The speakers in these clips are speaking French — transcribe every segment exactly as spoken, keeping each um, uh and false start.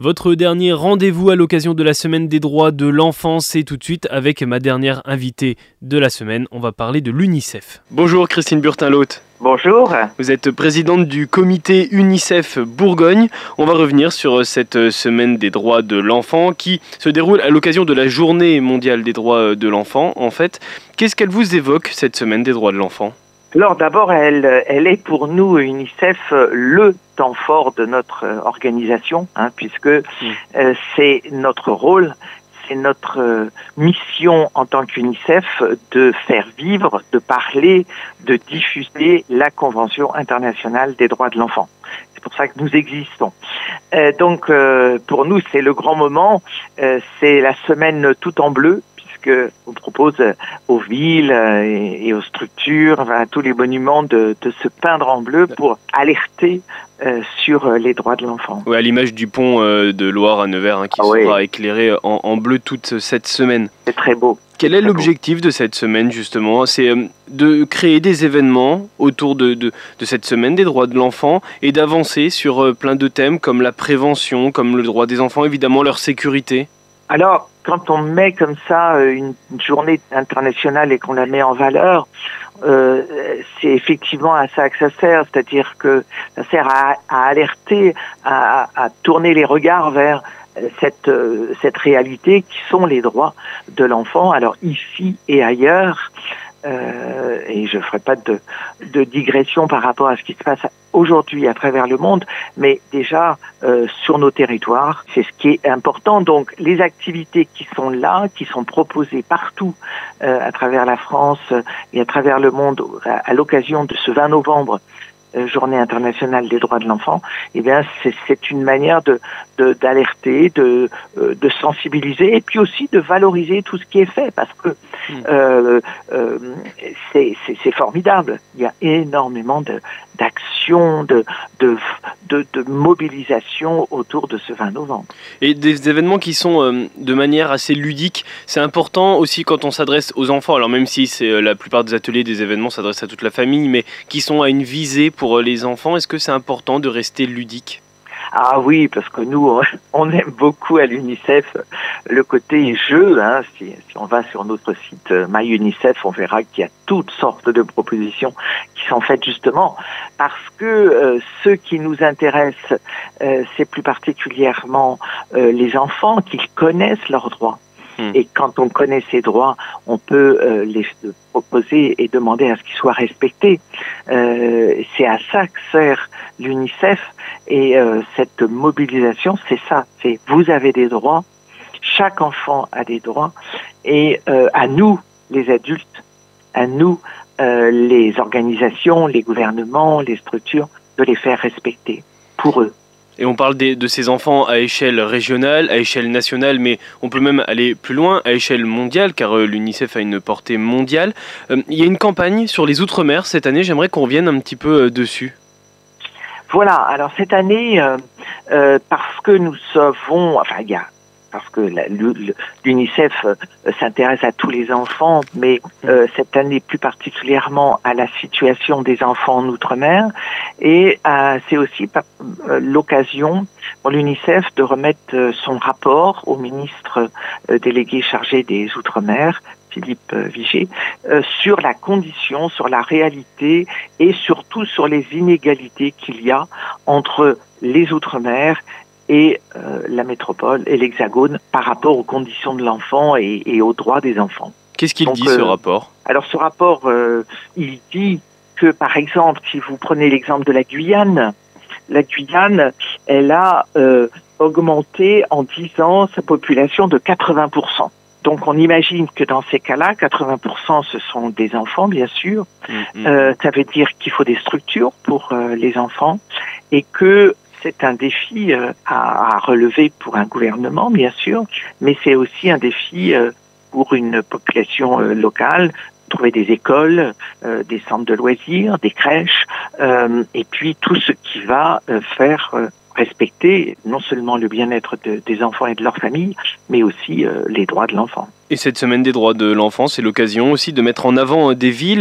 Votre dernier rendez-vous à l'occasion de la semaine des droits de l'enfant, c'est tout de suite avec ma dernière invitée de la semaine. On va parler de l'UNICEF. Bonjour Christine Burtin-Loth. Bonjour. Vous êtes présidente du comité UNICEF Bourgogne. On va revenir sur cette semaine des droits de l'enfant qui se déroule à l'occasion de la journée mondiale des droits de l'enfant. En fait, qu'est-ce qu'elle vous évoque, cette semaine des droits de l'enfant ? Alors d'abord, elle, elle est pour nous, UNICEF, le temps fort de notre organisation, hein, puisque mmh. euh, c'est notre rôle, c'est notre euh, mission en tant qu'UNICEF de faire vivre, de parler, de diffuser la Convention internationale des droits de l'enfant. C'est pour ça que nous existons. Euh, donc euh, pour nous, c'est le grand moment, euh, c'est la semaine tout en bleu, on propose aux villes et aux structures, enfin, à tous les monuments de, de se peindre en bleu pour alerter euh, sur les droits de l'enfant. Oui, à l'image du pont euh, de Loire à Nevers hein, qui ah, sera oui. éclairé en, en bleu toute cette semaine. C'est très beau. Quel est l'objectif de cette semaine justement ? C'est de créer des événements autour de, de, de cette semaine des droits de l'enfant et d'avancer sur plein de thèmes comme la prévention, comme le droit des enfants, évidemment leur sécurité. Alors, quand on met comme ça une journée internationale et qu'on la met en valeur, euh, c'est effectivement à ça que ça sert, c'est-à-dire que ça sert à, à alerter, à, à tourner les regards vers cette, cette réalité qui sont les droits de l'enfant, alors ici et ailleurs. Euh, et je ne ferai pas de, de digression par rapport à ce qui se passe aujourd'hui à travers le monde, mais déjà euh, sur nos territoires, c'est ce qui est important. Donc les activités qui sont là, qui sont proposées partout euh, à travers la France et à travers le monde à, à l'occasion de ce vingt novembre, euh, Journée internationale des droits de l'enfant, eh bien c'est, c'est une manière de, de d'alerter, de, de sensibiliser et puis aussi de valoriser tout ce qui est fait parce que euh, euh, c'est, c'est, c'est formidable. Il y a énormément de d'actions, de, de, de, de mobilisation autour de ce vingt novembre. Et des événements qui sont euh, de manière assez ludique, c'est important aussi quand on s'adresse aux enfants, alors même si c'est euh, la plupart des ateliers, des événements s'adressent à toute la famille, mais qui sont à une visée pour euh, les enfants, est-ce que c'est important de rester ludique ? Ah oui, parce que nous, on aime beaucoup à l'UNICEF le côté jeu. Hein. Si, si on va sur notre site MyUNICEF, on verra qu'il y a toutes sortes de propositions qui sont faites justement parce que euh, ce qui nous intéresse, euh, c'est plus particulièrement euh, les enfants qui connaissent leurs droits. Et quand on connaît ses droits, on peut euh, les proposer et demander à ce qu'ils soient respectés. Euh, c'est à ça que sert l'UNICEF et euh, cette mobilisation, c'est ça. C'est vous avez des droits, chaque enfant a des droits et euh, à nous, les adultes, à nous, euh, les organisations, les gouvernements, les structures, de les faire respecter pour eux. Et on parle des, de ces enfants à échelle régionale, à échelle nationale, mais on peut même aller plus loin, à échelle mondiale, car euh, l'UNICEF a une portée mondiale. Euh, il y a une campagne sur les Outre-mer cette année, j'aimerais qu'on revienne un petit peu euh, dessus. Voilà, alors cette année, euh, euh, parce que nous savons, enfin il y a, parce que la, l'UNICEF euh, s'intéresse à tous les enfants, mais euh, cette année plus particulièrement à la situation des enfants en Outre-mer, et euh, c'est aussi euh, l'occasion pour l'UNICEF de remettre euh, son rapport au ministre euh, délégué chargé des Outre-mer, Philippe Vigier, euh, sur la condition, sur la réalité et surtout sur les inégalités qu'il y a entre les Outre-mer et euh, la métropole et l'Hexagone par rapport aux conditions de l'enfant et, et aux droits des enfants. Qu'est-ce qu'il Donc, dit, euh, ce rapport ? Alors, ce rapport, euh, il dit que, par exemple, si vous prenez l'exemple de la Guyane, la Guyane, elle a euh, augmenté en dix ans sa population de quatre-vingts pour cent. Donc, on imagine que dans ces cas-là, quatre-vingts pour cent, ce sont des enfants, bien sûr. Mmh. Euh, ça veut dire qu'il faut des structures pour euh, les enfants et que c'est un défi euh, à, à relever pour un gouvernement, bien sûr, mais c'est aussi un défi euh, pour une population euh, locale, trouver des écoles, euh, des centres de loisirs, des crèches, euh, et puis tout ce qui va euh, faire euh, respecter non seulement le bien-être de, des enfants et de leur famille, mais aussi euh, les droits de l'enfant. Et cette semaine des droits de l'enfant, c'est l'occasion aussi de mettre en avant des villes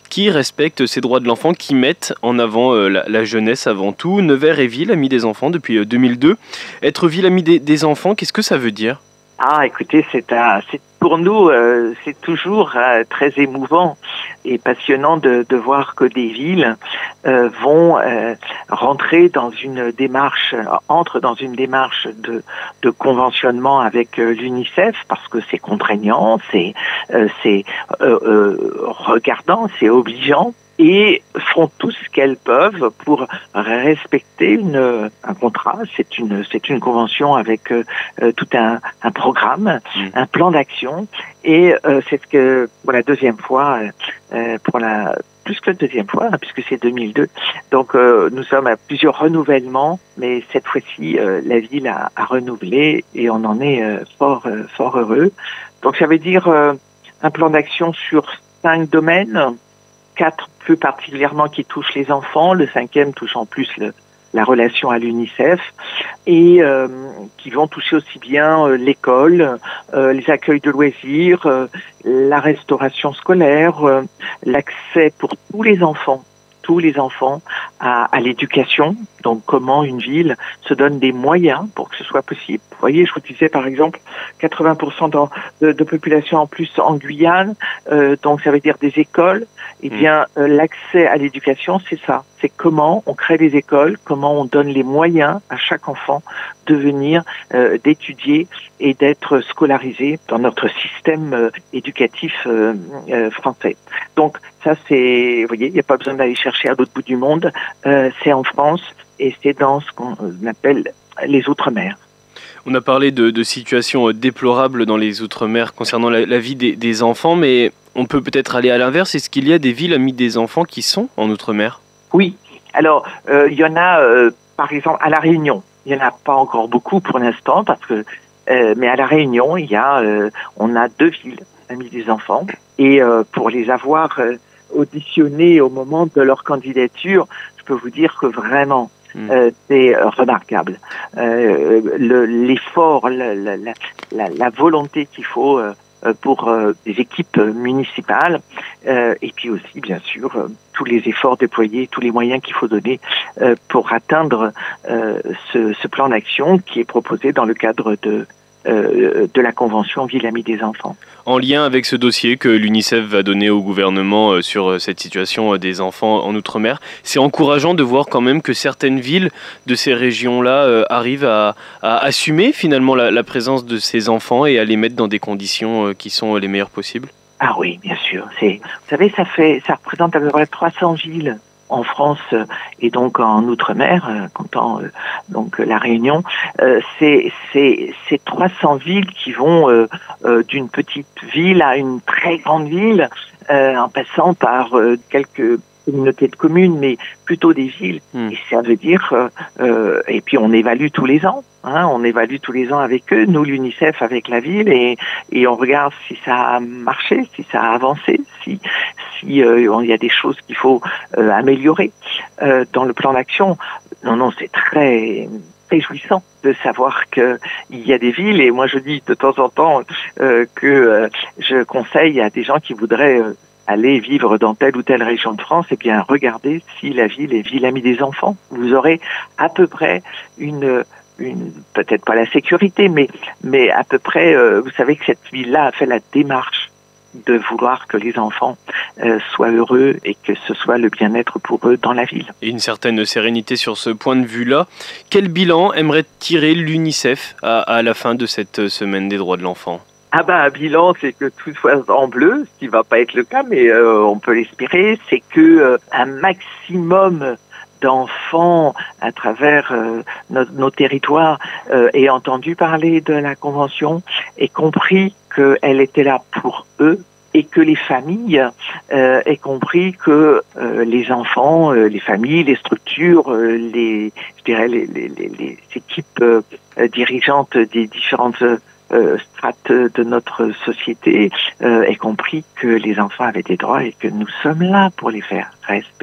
qui respectent ces droits de l'enfant, qui mettent en avant euh, la, la jeunesse avant tout. Nevers est ville amie des enfants depuis euh, deux mille deux. Être ville amie des, des enfants, qu'est-ce que ça veut dire ? Ah, écoutez, c'est un, c'est pour nous, euh, c'est toujours euh, très émouvant et passionnant de, de voir que des villes euh, vont euh, rentrer dans une démarche, euh, entrent dans une démarche de, de conventionnement avec euh, l'UNICEF parce que c'est contraignant, c'est, euh, c'est euh, euh, regardant, c'est obligeant. Et font tout ce qu'elles peuvent pour respecter une, un contrat. C'est une, c'est une convention avec euh, tout un, un programme, mmh. un plan d'action. Et euh, c'est ce que pour la deuxième fois, euh, pour la plus que la deuxième fois, hein, puisque c'est deux mille deux. Donc euh, nous sommes à plusieurs renouvellements, mais cette fois-ci euh, la ville a, a renouvelé et on en est euh, fort, euh, fort heureux. Donc ça veut dire euh, un plan d'action sur cinq domaines. Quatre plus particulièrement qui touchent les enfants, le cinquième touche en plus le, la relation à l'UNICEF, et euh, qui vont toucher aussi bien euh, l'école, euh, les accueils de loisirs, euh, la restauration scolaire, euh, l'accès pour tous les enfants, tous les enfants à, à l'éducation. Donc comment une ville se donne des moyens pour que ce soit possible. Vous voyez, je vous disais par exemple quatre-vingts pour cent de, de, de population en plus en Guyane, euh, donc ça veut dire des écoles. Eh bien, euh, l'accès à l'éducation, c'est ça. C'est comment on crée des écoles, comment on donne les moyens à chaque enfant de venir, euh, d'étudier et d'être scolarisé dans notre système euh, éducatif euh, euh, français. Donc ça, c'est, vous voyez, il n'y a pas besoin d'aller chercher à l'autre bout du monde. Euh, c'est en France et c'est dans ce qu'on appelle les Outre-mer. On a parlé de, de situations déplorables dans les Outre-mer concernant la, la vie des, des enfants, mais on peut peut-être aller à l'inverse. Est-ce qu'il y a des villes amies des enfants qui sont en Outre-mer ? Oui. Alors, euh, il y en a, euh, par exemple, à La Réunion. Il n'y en a pas encore beaucoup pour l'instant, parce que, euh, mais à La Réunion, il y a, euh, on a deux villes amies des enfants. Et euh, pour les avoir euh, auditionnées au moment de leur candidature, je peux vous dire que vraiment, Mmh. Euh, c'est euh, remarquable. Euh, le, l'effort, la, la, la, la volonté qu'il faut euh, pour euh, des équipes municipales, euh, et puis aussi, bien sûr, euh, tous les efforts déployés, tous les moyens qu'il faut donner euh, pour atteindre euh, ce, ce plan d'action qui est proposé dans le cadre de Euh, de la Convention Ville Amie des enfants. En lien avec ce dossier que l'UNICEF va donner au gouvernement sur cette situation des enfants en Outre-mer, c'est encourageant de voir quand même que certaines villes de ces régions-là arrivent à, à assumer finalement la, la présence de ces enfants et à les mettre dans des conditions qui sont les meilleures possibles. Ah oui, bien sûr. C'est, vous savez, ça fait, ça représente à peu près trois cents villes en France et donc en Outre-mer, euh, comptant euh, donc la Réunion, euh, c'est c'est c'est trois cents villes qui vont euh, euh, d'une petite ville à une très grande ville, euh, en passant par euh, quelques communautés de communes, mais plutôt des villes. Mmh. Et ça veut dire, euh, euh, et puis on évalue tous les ans, hein, on évalue tous les ans avec eux, nous l'UNICEF avec la ville, et, et on regarde si ça a marché, si ça a avancé, si si euh, il y a des choses qu'il faut euh, améliorer euh, dans le plan d'action. Non, non, c'est très réjouissant de savoir que il y a des villes, et moi je dis de temps en temps euh, que euh, je conseille à des gens qui voudraient euh, aller vivre dans telle ou telle région de France, eh bien, regardez si la ville est ville amie des enfants. Vous aurez à peu près une, une peut-être pas la sécurité, mais, mais à peu près, euh, vous savez que cette ville-là a fait la démarche de vouloir que les enfants euh, soient heureux et que ce soit le bien-être pour eux dans la ville. Et une certaine sérénité sur ce point de vue-là. Quel bilan aimerait tirer l'UNICEF à, à la fin de cette semaine des droits de l'enfant ? Ah ben, un bilan, c'est que tout soit en bleu, ce qui va pas être le cas, mais euh, on peut l'espérer. C'est que euh, un maximum d'enfants à travers euh, nos, nos territoires euh, aient entendu parler de la Convention et compris qu'elle était là pour eux, et que les familles euh, aient compris que euh, les enfants, euh, les familles, les structures, euh, les, je dirais les, les, les, les équipes euh, dirigeantes des différentes Euh, strates de notre société euh, aient compris que les enfants avaient des droits et que nous sommes là pour les faire respecter.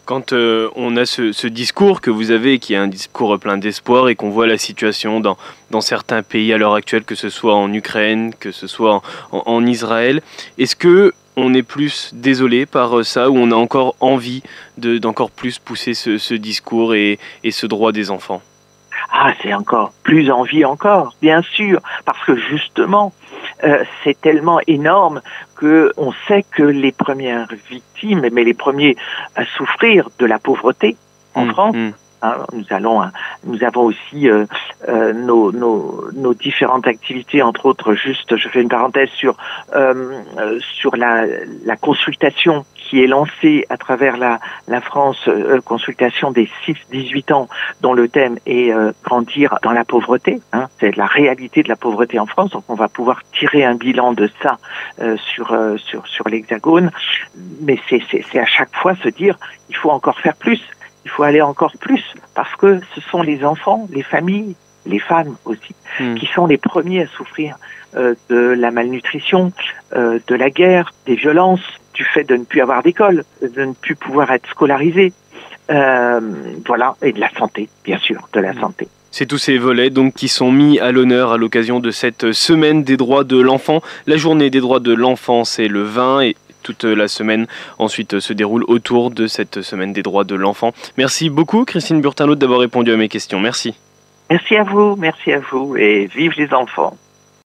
Quand euh, on a ce, ce discours que vous avez, qui est un discours plein d'espoir, et qu'on voit la situation dans, dans certains pays à l'heure actuelle, que ce soit en Ukraine, que ce soit en, en, en Israël, est-ce que on est plus désolé par ça, ou on a encore envie de, d'encore plus pousser ce, ce discours et, et ce droit des enfants? Ah, c'est encore plus envie encore, bien sûr, parce que justement, euh, c'est tellement énorme que on sait que les premières victimes, mais les premiers à souffrir de la pauvreté en mmh, France, mmh. Hein, nous allons, nous avons aussi euh, euh, nos, nos, nos différentes activités, entre autres. Juste, je fais une parenthèse sur euh, sur la, la consultation qui est lancée à travers la, la France, euh, consultation des six dix-huit ans, dont le thème est euh, grandir dans la pauvreté. Hein, c'est la réalité de la pauvreté en France. Donc, on va pouvoir tirer un bilan de ça euh, sur euh, sur sur l'Hexagone. Mais c'est c'est c'est à chaque fois se dire, il faut encore faire plus. Il faut aller encore plus, parce que ce sont les enfants, les familles, les femmes aussi, mmh. qui sont les premiers à souffrir euh, de la malnutrition, euh, de la guerre, des violences, du fait de ne plus avoir d'école, de ne plus pouvoir être scolarisé, euh, voilà, et de la santé, bien sûr, de la mmh. santé. C'est tous ces volets donc qui sont mis à l'honneur à l'occasion de cette semaine des droits de l'enfant. La journée des droits de l'enfant, c'est le vingt, et toute la semaine ensuite se déroule autour de cette semaine des droits de l'enfant. Merci beaucoup Christine Burtinlot d'avoir répondu à mes questions. Merci. Merci à vous, merci à vous, et vive les enfants.